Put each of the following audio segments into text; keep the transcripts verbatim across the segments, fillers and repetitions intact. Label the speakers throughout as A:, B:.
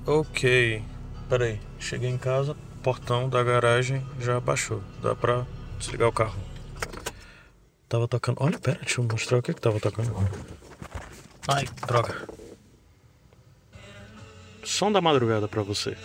A: Ok, peraí, cheguei em casa, portão da garagem já baixou, dá pra desligar o carro. Tava tocando. Olha, pera, deixa eu mostrar o que que tava tocando. Ai, droga. Som da madrugada pra você.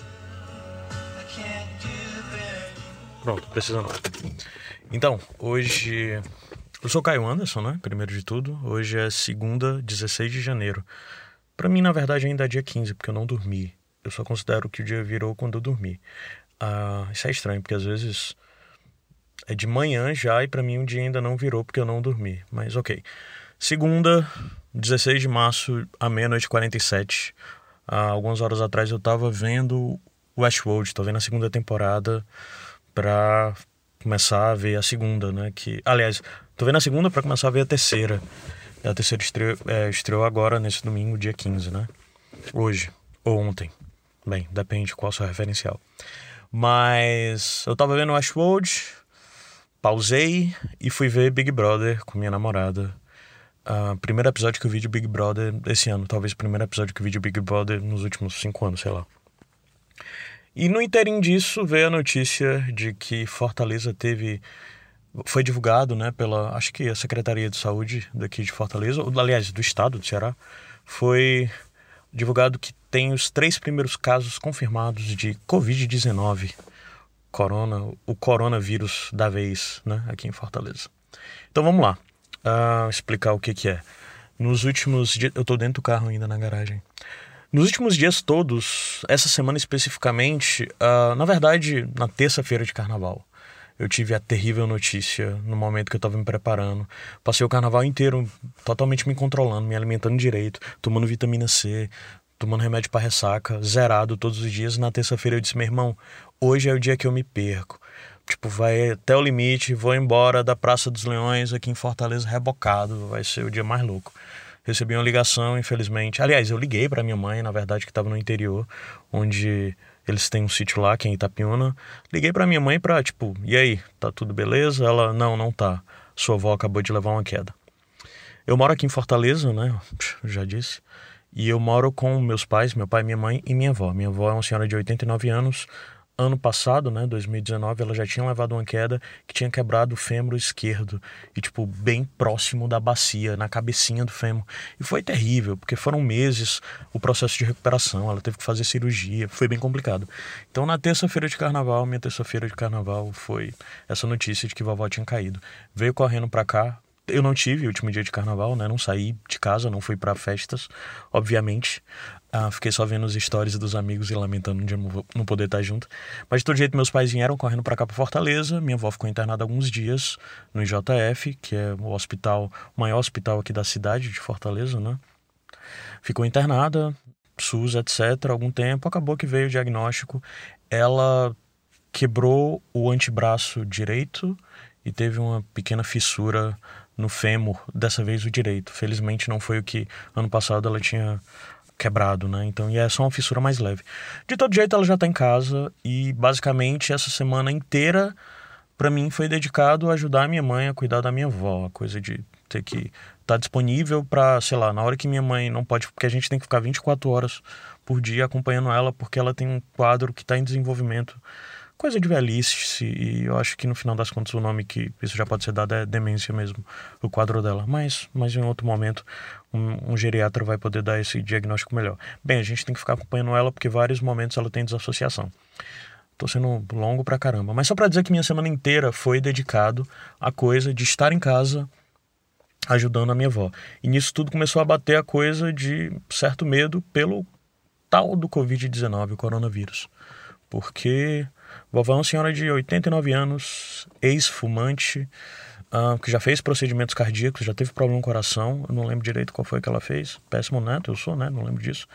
A: Pronto, precisa não. Então, hoje. Eu sou Caio Anderson, né? Primeiro de tudo. Hoje é segunda, dezesseis de janeiro. Pra mim, na verdade, ainda é dia quinze, porque eu não dormi. Eu só considero que o dia virou quando eu dormi. Ah, isso é estranho, porque às vezes é de manhã já e pra mim o dia ainda não virou porque eu não dormi. Mas ok. Segunda, dezesseis de março, à meia-noite e quarenta e sete. Há algumas horas atrás eu tava vendo Westworld, tô vendo a segunda temporada pra começar a ver a segunda, né? Que, aliás, tô vendo a segunda pra começar a ver a terceira. A terceira estreou, é, estreou agora, nesse domingo, dia quinze, né? Hoje, ou ontem. Bem, depende qual é o seu referencial. Mas eu tava vendo Westworld, pausei e fui ver Big Brother com minha namorada. Uh, primeiro episódio que eu vi de Big Brother esse ano. Talvez o primeiro episódio que eu vi de Big Brother nos últimos cinco anos, sei lá. E no inteirinho disso veio a notícia de que Fortaleza teve... Foi divulgado, né, pela... Acho que a Secretaria de Saúde daqui de Fortaleza, ou, aliás, do estado do Ceará, foi divulgado que tem os três primeiros casos confirmados de covid dezenove. Corona, o coronavírus da vez, né, aqui em Fortaleza. Então vamos lá, uh, explicar o que que é. Nos últimos dias, eu tô dentro do carro ainda na garagem. Nos últimos dias todos, essa semana especificamente, uh, na verdade, na terça-feira de carnaval, eu tive a terrível notícia no momento que eu tava me preparando. Passei o carnaval inteiro totalmente me controlando, me alimentando direito, tomando vitamina C, tomando remédio para ressaca, zerado todos os dias. Na terça-feira eu disse, meu irmão, hoje é o dia que eu me perco. Tipo, vai até o limite, vou embora da Praça dos Leões aqui em Fortaleza rebocado, vai ser o dia mais louco. Recebi uma ligação, infelizmente. Aliás, eu liguei para minha mãe, na verdade, que estava no interior, onde eles têm um sítio lá, que é em Itapiúna. Liguei para minha mãe pra, tipo, e aí, tá tudo beleza? Ela, não, não tá. Sua avó acabou de levar uma queda. Eu moro aqui em Fortaleza, né? Já disse. E eu moro com meus pais, meu pai, minha mãe e minha avó. Minha avó é uma senhora de oitenta e nove anos. Ano passado, né, dois mil e dezenove, ela já tinha levado uma queda que tinha quebrado o fêmur esquerdo. E, tipo, bem próximo da bacia, na cabecinha do fêmur. E foi terrível, porque foram meses o processo de recuperação. Ela teve que fazer cirurgia, foi bem complicado. Então, na terça-feira de carnaval, minha terça-feira de carnaval foi essa notícia de que vovó tinha caído. Veio correndo pra cá. Eu não tive o último dia de carnaval, né? Não saí de casa, não fui pra festas, obviamente. Ah, fiquei só vendo os stories dos amigos e lamentando de não poder estar junto. Mas de todo jeito, meus pais vieram correndo pra cá pra Fortaleza. Minha avó ficou internada alguns dias no I J F, que é o hospital, o maior hospital aqui da cidade de Fortaleza, né? Ficou internada, SUS, etcétera, algum tempo. Acabou que veio o diagnóstico. Ela quebrou o antebraço direito e teve uma pequena fissura no fêmur, dessa vez o direito. Felizmente não foi o que ano passado ela tinha quebrado, né? Então, e é só uma fissura mais leve. De todo jeito, ela já tá em casa e basicamente essa semana inteira pra mim foi dedicado a ajudar a minha mãe a cuidar da minha avó, a coisa de ter que estar tá disponível pra, sei lá, na hora que minha mãe não pode, porque a gente tem que ficar vinte e quatro horas por dia acompanhando ela, porque ela tem um quadro que tá em desenvolvimento. Coisa de velhice, e eu acho que no final das contas o nome que isso já pode ser dado é demência mesmo, o quadro dela. Mas, mas em outro momento um, um geriatra vai poder dar esse diagnóstico melhor. Bem, a gente tem que ficar acompanhando ela porque vários momentos ela tem desassociação. Tô sendo longo pra caramba. Mas só pra dizer que minha semana inteira foi dedicado à coisa de estar em casa ajudando a minha avó. E nisso tudo começou a bater a coisa de certo medo pelo tal do covid dezenove, o coronavírus. Porque vovó é uma senhora de oitenta e nove anos, ex-fumante, uh, que já fez procedimentos cardíacos, já teve problema no coração. Eu não lembro direito qual foi que ela fez. Péssimo neto, eu sou, né? Não lembro disso.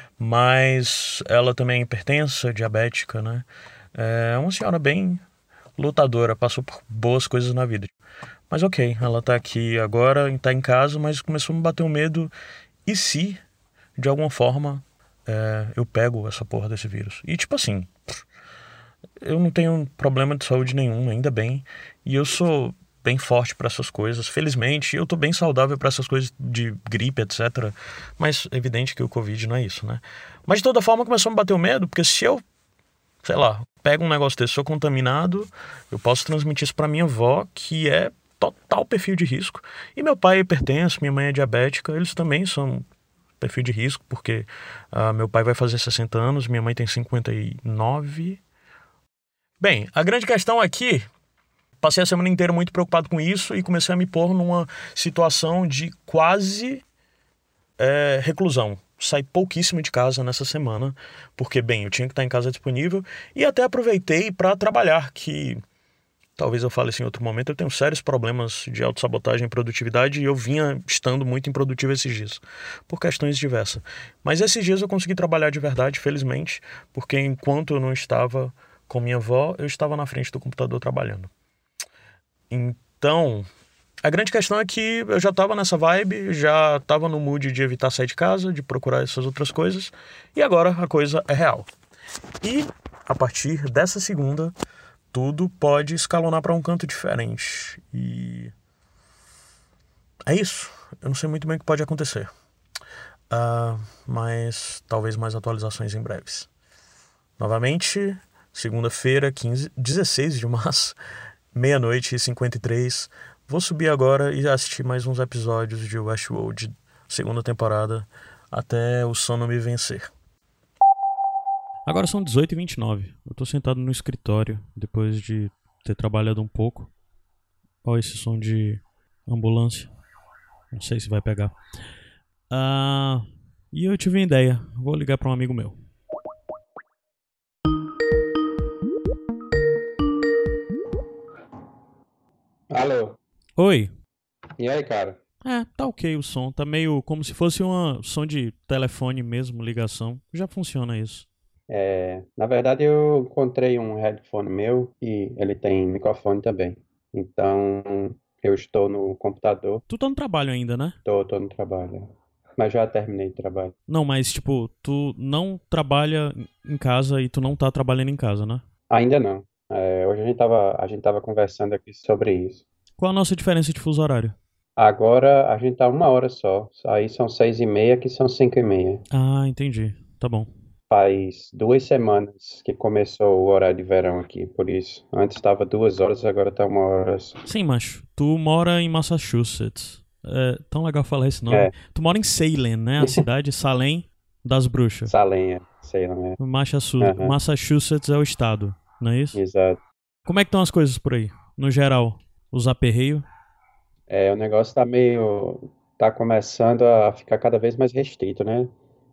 A: Mas ela também é hipertensa, diabética, né? É uma senhora bem lutadora, passou por boas coisas na vida. Mas ok, ela tá aqui agora, tá em casa, mas começou a me bater um medo. E se, de alguma forma, é, eu pego essa porra desse vírus? E tipo assim... Eu não tenho problema de saúde nenhum, ainda bem. E eu sou bem forte para essas coisas. Felizmente, eu tô bem saudável para essas coisas de gripe, etcétera. Mas é evidente que o Covid não é isso, né? Mas de toda forma começou a me bater o medo, porque se eu, sei lá, pego um negócio desse, sou contaminado, eu posso transmitir isso para minha avó, que é total perfil de risco. E meu pai é hipertenso, minha mãe é diabética, eles também são perfil de risco, porque uh, meu pai vai fazer sessenta anos, minha mãe tem cinquenta e nove. Bem, a grande questão aqui, passei a semana inteira muito preocupado com isso e comecei a me pôr numa situação de quase é, reclusão. Saí pouquíssimo de casa nessa semana, porque, bem, eu tinha que estar em casa disponível e até aproveitei para trabalhar, que talvez eu fale assim em outro momento, eu tenho sérios problemas de autossabotagem e produtividade e eu vinha estando muito improdutivo esses dias, por questões diversas. Mas esses dias eu consegui trabalhar de verdade, felizmente, porque enquanto eu não estava com minha avó, eu estava na frente do computador trabalhando. Então, a grande questão é que eu já estava nessa vibe, já estava no mood de evitar sair de casa, de procurar essas outras coisas, e agora a coisa é real. E, a partir dessa segunda, tudo pode escalonar para um canto diferente. E é isso. Eu não sei muito bem o que pode acontecer. Uh, mas talvez mais atualizações em breves. Novamente, segunda-feira, quinze, dezesseis de março, meia-noite e cinquenta e três. Vou subir agora e assistir mais uns episódios de Westworld, segunda temporada, até o sono me vencer. Agora são dezoito e vinte e nove. Eu tô sentado no escritório, depois de ter trabalhado um pouco. Olha esse som de ambulância. Não sei se vai pegar. Ah, e eu tive uma ideia. Vou ligar para um amigo meu.
B: Alô?
A: Oi.
B: E aí, cara?
A: É, tá ok o som. Tá meio como se fosse um som de telefone mesmo, ligação. Já funciona isso.
B: É, na verdade, eu encontrei um headphone meu e ele tem microfone também. Então, eu estou no computador.
A: Tu tá no trabalho ainda, né?
B: Tô, tô no trabalho. Mas já terminei o trabalho.
A: Não, mas tipo, tu não trabalha em casa e tu não tá trabalhando em casa, né?
B: Ainda não. É, hoje a gente tava, a gente tava conversando aqui sobre isso.
A: Qual a nossa diferença de fuso horário?
B: Agora a gente tá uma hora só. Aí são seis e meia, aqui são cinco e meia.
A: Ah, entendi. Tá bom.
B: Faz duas semanas que começou o horário de verão aqui, por isso. Antes estava duas horas, agora tá uma hora só.
A: Sim, macho. Tu mora em Massachusetts. É tão legal falar esse nome.
B: É.
A: Tu mora em Salem, né? A cidade Salem das Bruxas.
B: Salenha, sei lá, né?
A: Massachusetts,
B: Uhum.
A: Massachusetts é o estado, não é isso?
B: Exato.
A: Como é que estão as coisas por aí? No geral, os aperreios?
B: É, o negócio tá meio, tá começando a ficar cada vez mais restrito, né?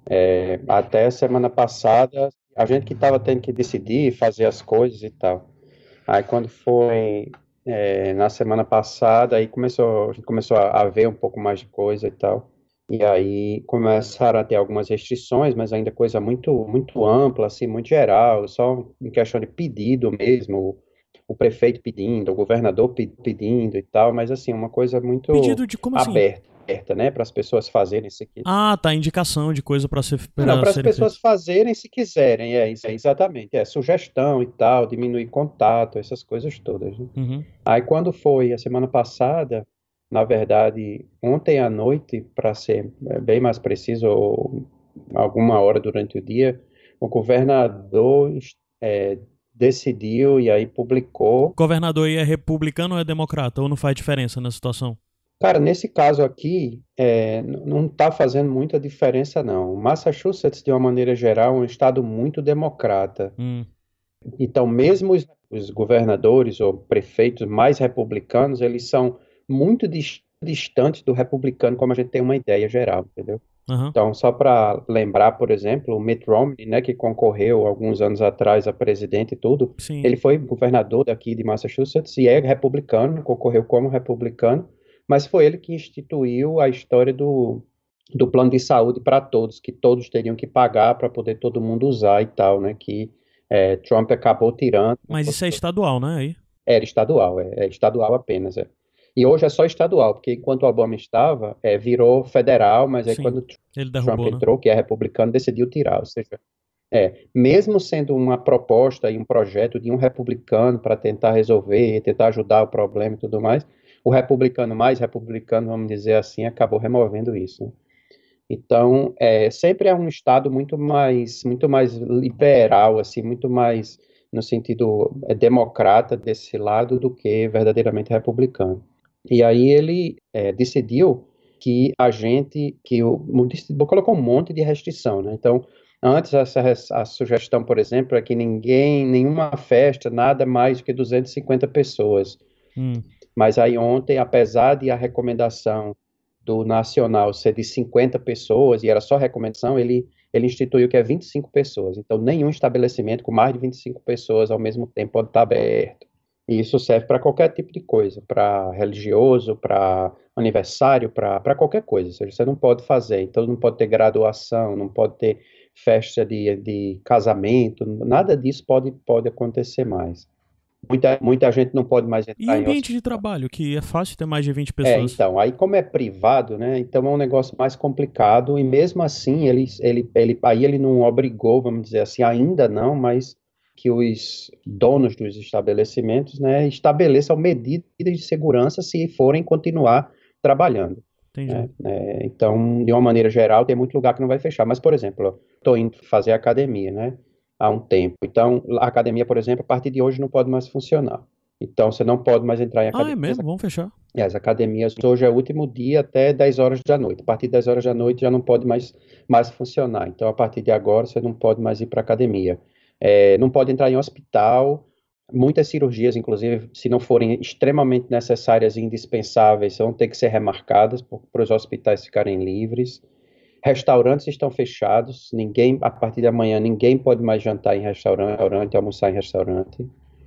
B: É, até semana passada, a gente que tava tendo que decidir, fazer as coisas e tal. Aí quando foi, é, na semana passada, aí começou, a gente começou a, a ver um pouco mais de coisa e tal. E aí começaram a ter algumas restrições, mas ainda coisa muito, muito ampla, assim, muito geral, só em questão de pedido mesmo, o prefeito pedindo, o governador pe- pedindo e tal, mas assim, uma coisa muito
A: Pedido de como assim?
B: aberta, aberta, né, para as pessoas fazerem se qui-
A: Ah, tá, indicação de coisa pra, ser,
B: Não,
A: pra
B: para as
A: serem
B: pessoas
A: feitas.
B: fazerem se quiserem, é isso, é exatamente, é sugestão e tal, diminuir contato, essas coisas todas, né?
A: Uhum.
B: Aí quando foi a semana passada, na verdade, ontem à noite, para ser é, bem mais preciso, ou alguma hora durante o dia, o governador é, decidiu e aí publicou.
A: Governador aí é republicano ou é democrata? Ou não faz diferença na situação?
B: Cara, nesse caso aqui, é, n- não está fazendo muita diferença, não. Massachusetts, de uma maneira geral, é um estado muito democrata.
A: Hum.
B: Então, mesmo os, os governadores ou prefeitos mais republicanos, eles são muito dis- distantes do republicano, como a gente tem uma ideia geral, entendeu?
A: Aham.
B: Então, só para lembrar, por exemplo, o Mitt Romney, né, que concorreu alguns anos atrás a presidente e tudo,
A: Sim.
B: ele foi governador daqui de Massachusetts e é republicano, concorreu como republicano, mas foi ele que instituiu a história do, do plano de saúde para todos, que todos teriam que pagar para poder todo mundo usar e tal, né, que é, Trump acabou tirando.
A: Mas isso é estadual, né? Aí.
B: Era estadual, é, é estadual apenas, é. E hoje é só estadual, porque enquanto o Obama estava, é, virou federal, mas aí
A: Sim.
B: quando
A: Ele
B: Trump
A: derrubou, né?
B: entrou, que é republicano, decidiu tirar. Ou seja, é, mesmo sendo uma proposta e um projeto de um republicano para tentar resolver, tentar ajudar o problema e tudo mais, o republicano mais republicano, vamos dizer assim, acabou removendo isso, né? Então, é, sempre é um Estado muito mais, muito mais liberal, assim, muito mais no sentido é, democrata desse lado do que verdadeiramente republicano. E aí ele é, decidiu que a gente, que o, o- colocou um monte de restrição, né? Então, antes essa, a sugestão, por exemplo, é que ninguém, nenhuma festa, nada mais do que duzentas e cinquenta pessoas.
A: Hum,
B: Mas aí ontem, apesar de a recomendação do Nacional ser de cinquenta pessoas, e era só recomendação, ele, ele instituiu que é vinte e cinco pessoas. Então, nenhum estabelecimento com mais de vinte e cinco pessoas ao mesmo tempo pode estar aberto. E isso serve para qualquer tipo de coisa, para religioso, para aniversário, para qualquer coisa. Ou seja, você não pode fazer. Então, não pode ter graduação, não pode ter festa de, de casamento, nada disso pode, pode acontecer mais. Muita, muita gente não pode mais
A: E
B: entrar em
A: ambiente de
B: hospital.
A: trabalho, que é fácil ter mais de vinte
B: É,
A: pessoas.
B: então, aí como é privado, né, então é um negócio mais complicado e mesmo assim ele, ele, ele, aí ele não obrigou, vamos dizer assim, ainda não, mas que os donos dos estabelecimentos, né, estabeleçam medidas de segurança se forem continuar trabalhando,
A: Entendi.
B: né. É, então, de uma maneira geral, tem muito lugar que não vai fechar, mas, por exemplo, estou indo fazer academia, né, há um tempo, então a academia, por exemplo, a partir de hoje não pode mais funcionar. Então, você não pode mais entrar em
A: Ah, é
B: academias.
A: mesmo? Vamos fechar.
B: É, as academias, hoje é o último dia até dez horas da noite. A partir de dez horas da noite já não pode mais, mais funcionar. Então, a partir de agora, você não pode mais ir para academia. É, não pode entrar em hospital. Muitas cirurgias, inclusive, se não forem extremamente necessárias e indispensáveis, vão ter que ser remarcadas para os hospitais ficarem livres. Restaurantes estão fechados. Ninguém, a partir de amanhã, ninguém pode mais jantar em restaurante, almoçar em restaurante.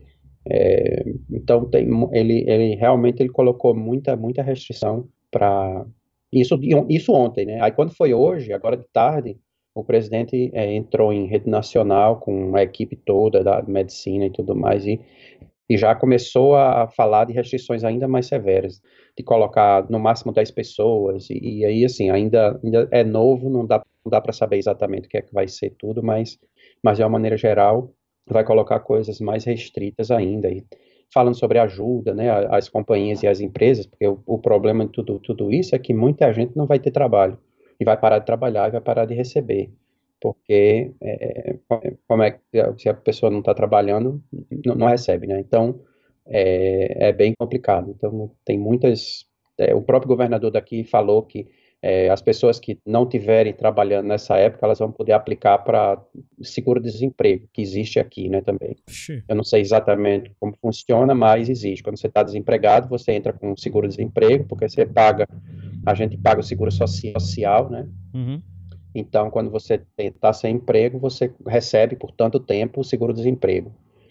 B: Então tem, ele, ele realmente ele colocou muita, muita restrição para isso, isso ontem, né? Aí quando foi hoje, agora de tarde, o presidente é, entrou em rede nacional com a equipe toda da medicina e tudo mais e, e já começou a falar de restrições ainda mais severas, de colocar no máximo dez pessoas e, e aí assim ainda, ainda é novo, não dá, não dá para saber exatamente o que é que vai ser tudo, mas, mas de uma maneira geral vai colocar coisas mais restritas ainda. E falando sobre ajuda, né, às companhias e às empresas, porque o, o problema de tudo, tudo isso é que muita gente não vai ter trabalho, e vai parar de trabalhar e vai parar de receber, porque é, como é que se a pessoa não está trabalhando, não, não recebe, né? Então, é, é bem complicado. Então, tem muitas. É, o próprio governador daqui falou que é, as pessoas que não tiverem trabalhando nessa época, elas vão poder aplicar para seguro-desemprego, que existe aqui, né, também.
A: Xi.
B: Eu não sei exatamente como funciona, mas existe. Quando você está desempregado, você entra com seguro-desemprego, porque você paga, a gente paga o seguro social, né?
A: Uhum.
B: Então, quando você está sem emprego, você recebe por tanto tempo o seguro-desemprego.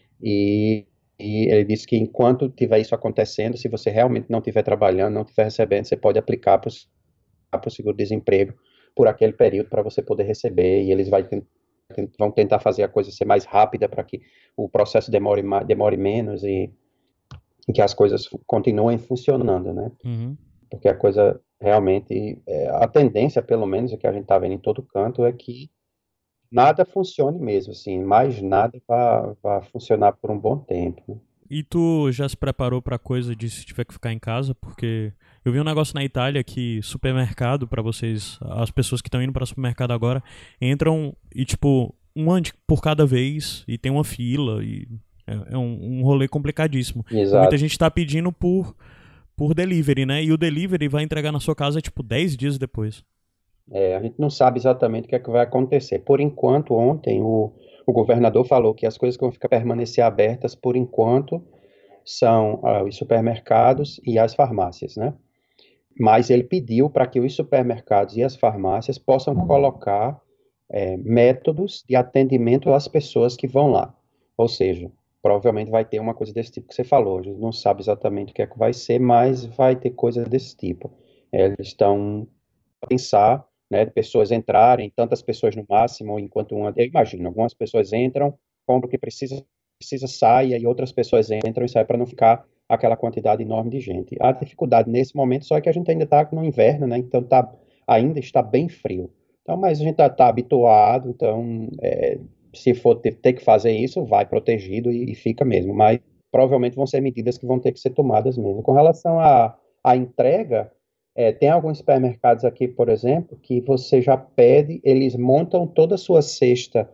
B: E, e ele disse que enquanto tiver isso acontecendo, se você realmente não estiver trabalhando, não estiver recebendo, você pode aplicar para o seguro-desemprego por aquele período para você poder receber. E eles vai, vão tentar fazer a coisa ser mais rápida para que o processo demore, demore menos e, e que as coisas continuem funcionando, né?
A: Uhum.
B: Porque a coisa realmente, é, a tendência, pelo menos, o que a gente está vendo em todo canto, é que nada funcione mesmo, assim, mais nada vai funcionar por um bom tempo, né?
A: E tu já se preparou pra coisa de se tiver que ficar em casa? Porque eu vi um negócio na Itália que supermercado pra vocês, as pessoas que estão indo pra supermercado agora, entram e tipo, um ande por cada vez e tem uma fila e é, é um, um rolê complicadíssimo. E muita
B: Exato.
A: gente tá pedindo por, por delivery, né? E o delivery vai entregar na sua casa tipo dez dias depois.
B: É, a gente não sabe exatamente o que é que vai acontecer. Por enquanto, ontem, o, o governador falou que as coisas que vão ficar permanecer abertas por enquanto são ah, os supermercados e as farmácias, né? Mas ele pediu para que os supermercados e as farmácias possam colocar é, métodos de atendimento às pessoas que vão lá. Ou seja, provavelmente vai ter uma coisa desse tipo que você falou. A gente não sabe exatamente o que é que vai ser, mas vai ter coisa desse tipo. É, eles estão a pensar, né, de pessoas entrarem, tantas pessoas no máximo, enquanto uma. Eu imagino, algumas pessoas entram, compram o que precisa, precisa sai, e outras pessoas entram e saem para não ficar aquela quantidade enorme de gente. A dificuldade nesse momento só é que a gente ainda está no inverno, né? Então tá, ainda está bem frio. Então, mas a gente está tá habituado, então é, se for ter, ter, que fazer isso, vai protegido e, e fica mesmo. Mas provavelmente vão ser medidas que vão ter que ser tomadas mesmo. Com relação à, à entrega, é, tem alguns supermercados aqui, por exemplo, que você já pede, eles montam toda a sua cesta,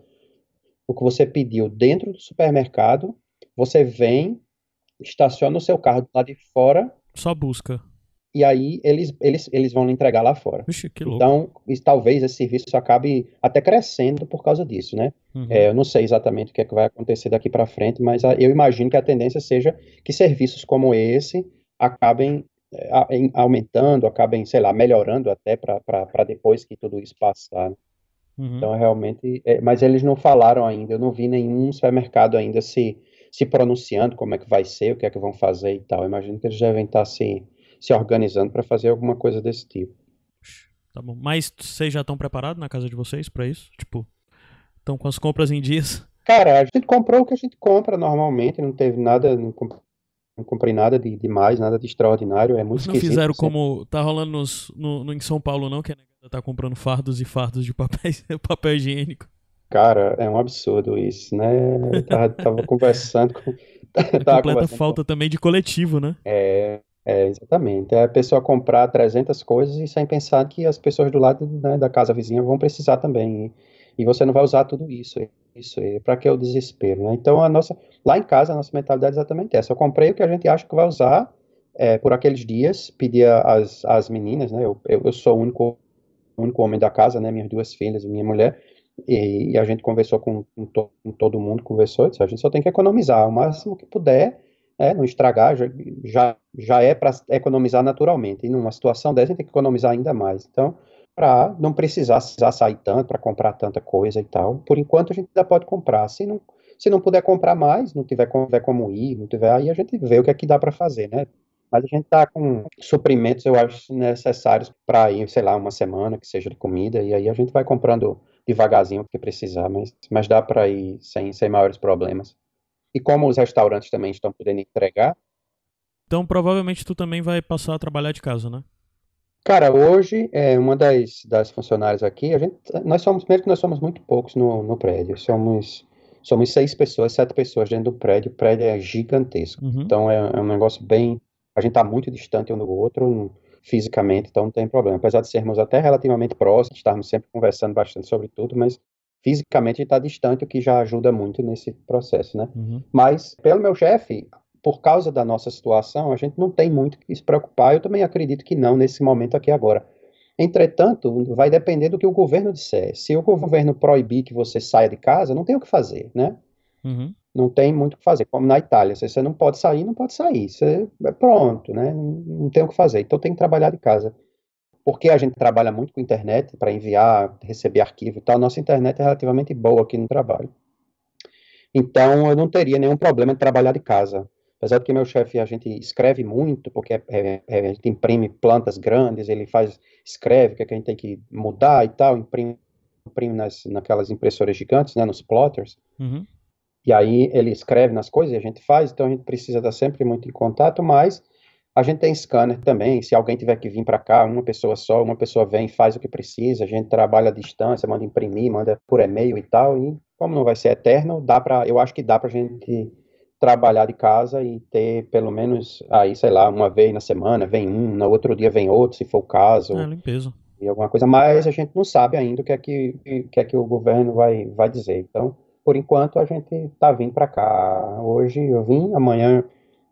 B: o que você pediu dentro do supermercado, você vem, estaciona o seu carro do lado de fora,
A: Só busca.
B: e aí eles, eles, eles vão lhe entregar lá fora.
A: Vixe, que louco.
B: Então, isso- talvez esse serviço acabe até crescendo por causa disso, né?
A: Uhum.
B: É, eu não sei exatamente o que é que vai acontecer daqui para frente, mas a- eu imagino que a tendência seja que serviços como esse acabem é, a- em- aumentando, acabem, sei lá, melhorando até para depois que tudo isso passar, né?
A: Uhum.
B: Então, realmente, é, mas eles não falaram ainda, eu não vi nenhum supermercado ainda se, se pronunciando como é que vai ser, o que é que vão fazer e tal. Eu imagino que eles devem estar se, se organizando para fazer alguma coisa desse tipo.
A: Tá bom. Mas vocês já estão preparados na casa de vocês pra isso? Tipo, estão com as compras em dias?
B: Cara, a gente comprou o que a gente compra normalmente, não teve nada, não, comp- não comprei nada de demais, nada de extraordinário, é muito
A: Não
B: esquisito.
A: fizeram
B: sempre.
A: como tá rolando nos- no, no- em São Paulo, não? Que a negada tá comprando fardos e fardos de papel, papel higiênico.
B: Cara, é um absurdo isso, né? Eu tava, tava conversando com.
A: É
B: Tava
A: completa
B: conversando com.
A: falta também de coletivo, né?
B: É, é, exatamente. É a pessoa comprar trezentas coisas e sem pensar que as pessoas do lado, né, da casa vizinha vão precisar também. E, e você não vai usar tudo isso. Isso é para que o desespero, né? Então, a nossa, lá em casa, a nossa mentalidade é exatamente essa. Eu comprei o que a gente acha que vai usar é, por aqueles dias, pedi às, às meninas, né? Eu, eu, eu sou o único, o único homem da casa, né? Minhas duas filhas e minha mulher. E, e a gente conversou com, com, to, com todo mundo, conversou, disse, a gente só tem que economizar o máximo que puder, né, não estragar, já, já, já é para economizar naturalmente, e numa situação dessa a gente tem que economizar ainda mais, então, para não precisar, precisar sair tanto, para comprar tanta coisa e tal, por enquanto a gente ainda pode comprar, se não, se não puder comprar mais, não tiver, como- tiver como ir, não tiver, aí a gente vê o que é que dá para fazer, né, mas a gente está com suprimentos, eu acho, necessários para ir, sei lá, uma semana, que seja de comida, e aí a gente vai comprando devagarzinho o que precisar, mas, mas dá para ir sem, sem maiores problemas. E como os restaurantes também estão podendo entregar,
A: Então provavelmente tu também vai passar a trabalhar de casa, né?
B: cara, hoje é uma das, das funcionárias aqui, a gente, nós somos, mesmo que nós somos muito poucos no, no prédio, somos, somos seis pessoas, sete pessoas dentro do prédio, o prédio é gigantesco,
A: Uhum.
B: então é, é um negócio bem, a gente está muito distante um do outro, fisicamente, então não tem problema, apesar de sermos até relativamente próximos, estarmos sempre conversando bastante sobre tudo, mas fisicamente a gente está distante, o que já ajuda muito nesse processo, né?
A: Uhum.
B: Mas, pelo meu chefe, por causa da nossa situação, a gente não tem muito que se preocupar. Eu também acredito que não nesse momento aqui agora. Entretanto, vai depender do que o governo disser. Se o governo proibir que você saia de casa, não tem o que fazer, né?
A: Uhum.
B: Não tem muito o que fazer. Como na Itália, se você não pode sair, não pode sair. Você, é pronto, né? Não, não tem o que fazer. Então tem que trabalhar de casa. Porque a gente trabalha muito com internet para enviar, receber arquivo e tal, nossa internet é relativamente boa aqui no trabalho. Então, eu não teria nenhum problema de trabalhar de casa. Apesar de que meu chefe, a gente escreve muito, porque é, é, é, a gente imprime plantas grandes, ele faz, escreve o que, é que a gente tem que mudar e tal, imprime, imprime nas, naquelas impressoras gigantes, né, nos plotters,
A: Uhum.
B: e aí ele escreve nas coisas e a gente faz, então a gente precisa estar sempre muito em contato, mas a gente tem scanner também, se alguém tiver que vir para cá, uma pessoa só, uma pessoa vem, faz o que precisa, a gente trabalha à distância, manda imprimir, manda por e-mail e tal, e como não vai ser eterno, dá para, eu acho que dá para a gente trabalhar de casa e ter pelo menos, aí, sei lá, uma vez na semana, vem um, no outro dia vem outro, se for o caso,
A: É, limpeza.
B: e alguma coisa, mas a gente não sabe ainda o que é que, o que, é que o governo vai, vai dizer, então, por enquanto, a gente está vindo para cá, hoje eu vim, amanhã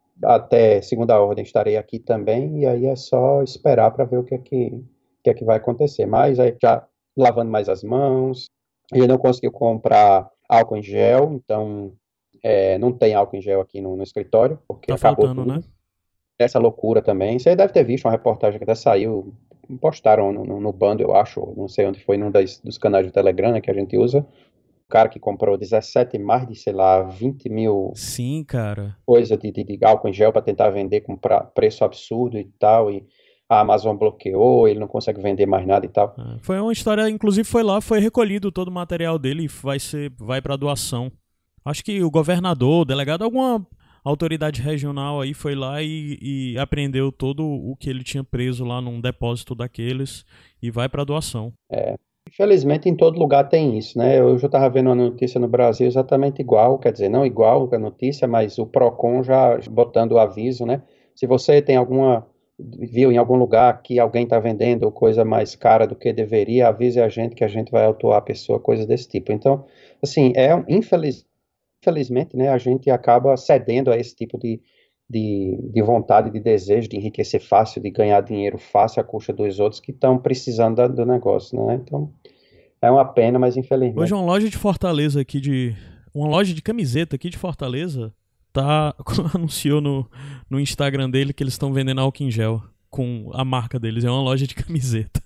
B: até segunda ordem estarei aqui também, e aí é só esperar para ver o que é que, o que é que vai acontecer. Mas aí já lavando mais as mãos, ele não conseguiu comprar álcool em gel, então é, não tem álcool em gel aqui no, no escritório, porque
A: Tá
B: acabou
A: faltando,
B: tudo.
A: né?
B: Essa loucura também. Você deve ter visto uma reportagem que até saiu, postaram no, no, no bando, eu acho, não sei onde foi, num das, dos canais do Telegram, né, que a gente usa. O cara que comprou dezessete, mais de, sei lá, vinte mil
A: Sim, cara.
B: coisa de, de, de álcool em gel para tentar vender com pra, preço absurdo e tal, e a Amazon bloqueou, ele não consegue vender mais nada e tal.
A: É, foi uma história, inclusive foi lá, foi recolhido todo o material dele e vai ser, vai para doação. Acho que o governador, o delegado, alguma autoridade regional aí foi lá e, e apreendeu todo o que ele tinha preso lá num depósito daqueles e vai para doação.
B: É, Infelizmente, em todo lugar tem isso, né? Eu já estava vendo uma notícia no Brasil exatamente igual, quer dizer, não igual a notícia, mas o Procon já botando o aviso, né? Se você tem alguma, viu em algum lugar que alguém está vendendo coisa mais cara do que deveria, avise a gente que a gente vai autuar a pessoa, coisas desse tipo. Então, assim, é infeliz, infelizmente, né? A gente acaba cedendo a esse tipo de, de, de vontade, de desejo de enriquecer fácil, de ganhar dinheiro fácil à custa dos outros que estão precisando da- do negócio, né? Então, é uma pena, mas
A: Hoje
B: infelizmente.
A: uma loja de Fortaleza aqui de. Uma loja de camiseta aqui de Fortaleza tá. Anunciou no, no Instagram dele que eles estão vendendo álcool em gel com a marca deles. É uma loja de camiseta.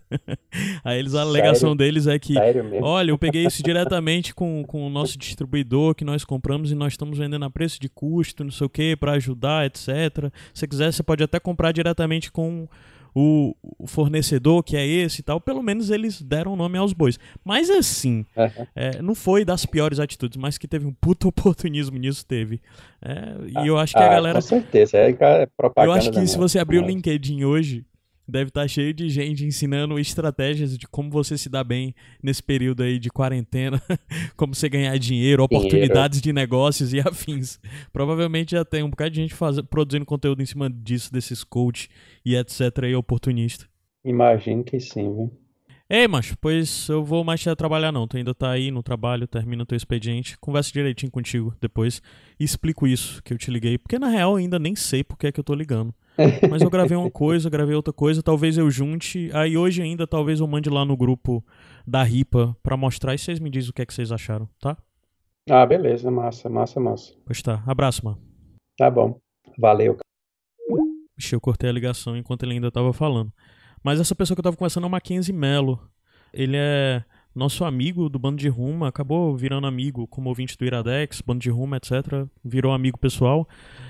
A: Aí eles, a alegação
B: Sério,
A: deles é que,
B: sério mesmo.
A: olha, eu peguei isso diretamente com, com o nosso distribuidor que nós compramos e nós estamos vendendo a preço de custo, não sei o que, para ajudar, etcétera. Se você quiser, você pode até comprar diretamente com o, o fornecedor, que é esse e tal. Pelo menos eles deram nome aos bois. Mas assim,
B: Aham.
A: é, não foi das piores atitudes, mas que teve um puto oportunismo nisso, teve. É, e
B: Ah,
A: eu acho que a
B: ah, com
A: galera.
B: certeza, é cara, é
A: Eu acho
B: propaganda
A: que se
B: danada.
A: você abrir o
B: Mas
A: LinkedIn hoje, deve estar cheio de gente ensinando estratégias de como você se dá bem nesse período aí de quarentena, como você ganhar dinheiro,
B: dinheiro,
A: oportunidades de negócios e afins. Provavelmente já tem um bocado de gente faz, produzindo conteúdo em cima disso, desses coach e etc aí oportunista.
B: imagino que sim, viu?
A: Ei, macho, pois eu vou mais te trabalhar não. Tu ainda tá aí no trabalho, termina o teu expediente. Converso direitinho contigo depois e explico isso que eu te liguei. Porque na real eu ainda nem sei por que é que eu tô ligando. Mas eu gravei uma coisa, gravei outra coisa, talvez eu junte. Aí hoje ainda talvez eu mande lá no grupo da Ripa pra mostrar e vocês me dizem o que é que vocês acharam, tá?
B: Ah, beleza, massa, massa, massa.
A: Pois tá. Abraço, mano.
B: Tá bom. Valeu.
A: Ixi, eu cortei a ligação enquanto ele ainda tava falando. Mas essa pessoa que eu tava conversando é o Mackenzie Mello. Ele é nosso amigo do Bando de Ruma, acabou virando amigo como ouvinte do Iradex, Bando de Ruma, etcétera. Virou amigo pessoal.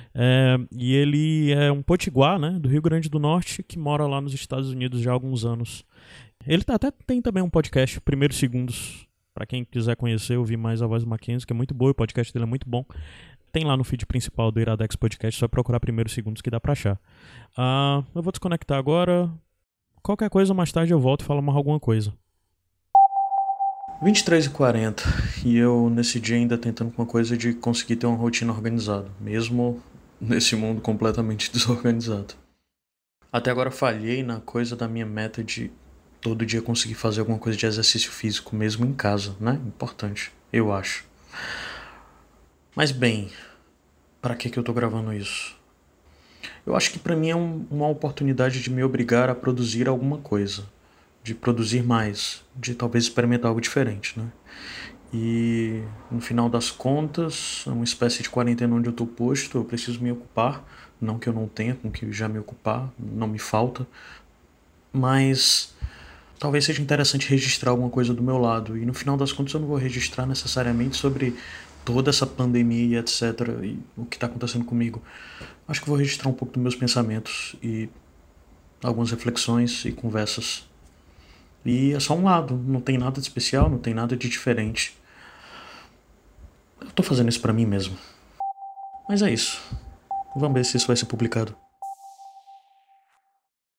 A: É, e ele é um potiguar, né, do Rio Grande do Norte, que mora lá nos Estados Unidos já há alguns anos. Ele tá, até tem também um podcast, Primeiros Segundos. Pra quem quiser conhecer, ouvir mais a voz do Mackenzie, que é muito boa, o podcast dele é muito bom. Tem lá no feed principal do Iradex Podcast, só procurar Primeiros Segundos que dá pra achar. Ah, eu vou desconectar agora. Qualquer coisa, mais tarde eu volto e falo mais alguma coisa. vinte e três e quarenta e eu nesse dia ainda tentando com uma coisa de conseguir ter uma rotina organizada, mesmo nesse mundo completamente desorganizado. Até agora falhei na coisa da minha meta de todo dia conseguir fazer alguma coisa de exercício físico, mesmo em casa, né? Importante, eu acho. Mas bem, pra que que eu tô gravando isso? Eu acho que pra mim é um, uma oportunidade de me obrigar a produzir alguma coisa, de produzir mais, de talvez experimentar algo diferente, né? E no final das contas, é uma espécie de quarentena onde eu estou posto, eu preciso me ocupar, não que eu não tenha com que já me ocupar, não me falta, mas talvez seja interessante registrar alguma coisa do meu lado. E no final das contas eu não vou registrar necessariamente sobre toda essa pandemia e etcétera e o que está acontecendo comigo. Acho que vou registrar um pouco dos meus pensamentos e algumas reflexões e conversas. E é só um lado, não tem nada de especial, não tem nada de diferente. Eu tô fazendo isso pra mim mesmo. Mas é isso. Vamos ver se isso vai ser publicado.